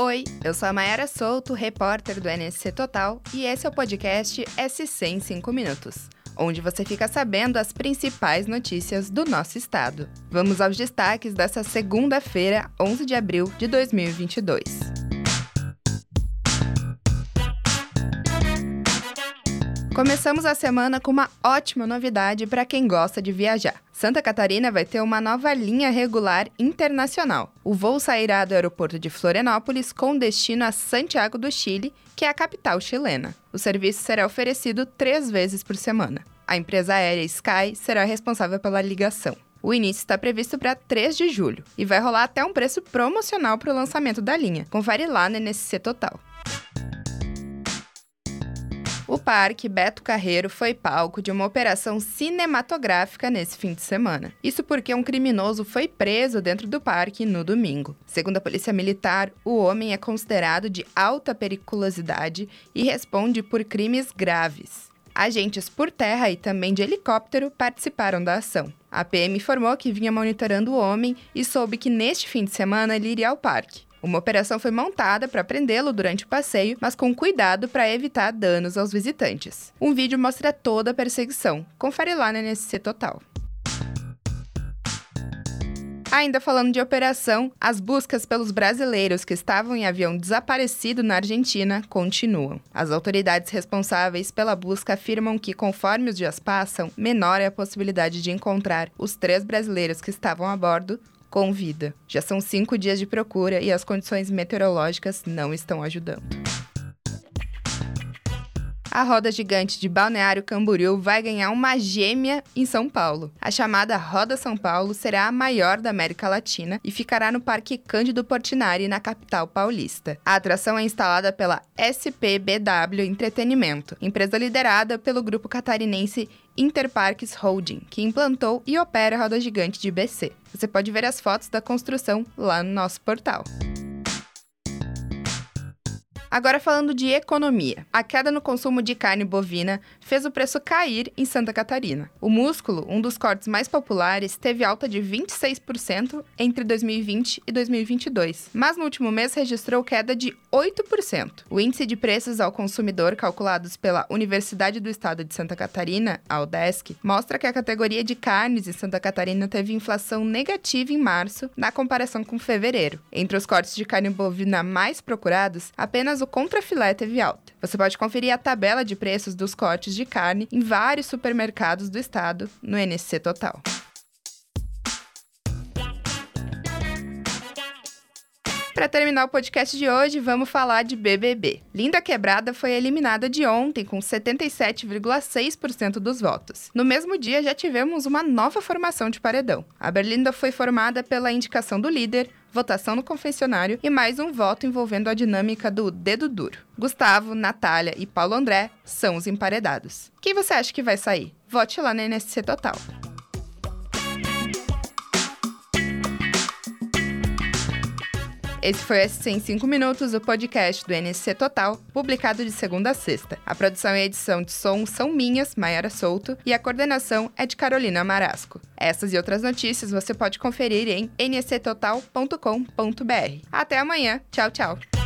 Oi, eu sou a Mayara Souto, repórter do NSC Total, e esse é o podcast SC em 5 minutos, onde você fica sabendo as principais notícias do nosso estado. Vamos aos destaques dessa segunda-feira, 11 de abril de 2022. Começamos a semana com uma ótima novidade para quem gosta de viajar. Santa Catarina vai ter uma nova linha regular internacional. O voo sairá do aeroporto de Florianópolis com destino a Santiago do Chile, que é a capital chilena. O serviço será oferecido 3 vezes por semana. A empresa aérea Sky será responsável pela ligação. O início está previsto para 3 de julho e vai rolar até um preço promocional para o lançamento da linha. Confere lá no NSC Total. O Parque Beto Carreiro foi palco de uma operação cinematográfica nesse fim de semana. Isso porque um criminoso foi preso dentro do parque no domingo. Segundo a Polícia Militar, o homem é considerado de alta periculosidade e responde por crimes graves. Agentes por terra e também de helicóptero participaram da ação. A PM informou que vinha monitorando o homem e soube que neste fim de semana ele iria ao parque. Uma operação foi montada para prendê-lo durante o passeio, mas com cuidado para evitar danos aos visitantes. Um vídeo mostra toda a perseguição. Confere lá no NSC Total. Ainda falando de operação, as buscas pelos brasileiros que estavam em avião desaparecido na Argentina continuam. As autoridades responsáveis pela busca afirmam que, conforme os dias passam, menor é a possibilidade de encontrar os 3 brasileiros que estavam a bordo com vida. Já são 5 dias de procura e as condições meteorológicas não estão ajudando. A roda gigante de Balneário Camboriú vai ganhar uma gêmea em São Paulo. A chamada Roda São Paulo será a maior da América Latina e ficará no Parque Cândido Portinari, na capital paulista. A atração é instalada pela SPBW Entretenimento, empresa liderada pelo grupo catarinense Interparques Holding, que implantou e opera a roda gigante de BC. Você pode ver as fotos da construção lá no nosso portal. Agora falando de economia. A queda no consumo de carne bovina fez o preço cair em Santa Catarina. O músculo, um dos cortes mais populares, teve alta de 26% entre 2020 e 2022, mas no último mês registrou queda de 8%. O índice de preços ao consumidor, calculados pela Universidade do Estado de Santa Catarina, a UDESC, mostra que a categoria de carnes em Santa Catarina teve inflação negativa em março, na comparação com fevereiro. Entre os cortes de carne bovina mais procurados, apenas o contrafilé teve alta. Você pode conferir a tabela de preços dos cortes de carne em vários supermercados do estado no NSC Total. Para terminar o podcast de hoje, vamos falar de BBB. Linda Quebrada foi eliminada de ontem com 77,6% dos votos. No mesmo dia, já tivemos uma nova formação de paredão. A Berlinda foi formada pela indicação do líder, votação no confessionário e mais um voto envolvendo a dinâmica do dedo duro. Gustavo, Natália e Paulo André são os emparedados. Quem você acha que vai sair? Vote lá na NSC Total. Esse foi o SC em 5 minutos, o podcast do NSC Total, publicado de segunda a sexta. A produção e a edição de som são minhas, Mayara Souto, e a coordenação é de Carolina Marasco. Essas e outras notícias você pode conferir em nsctotal.com.br. Até amanhã. Tchau, tchau.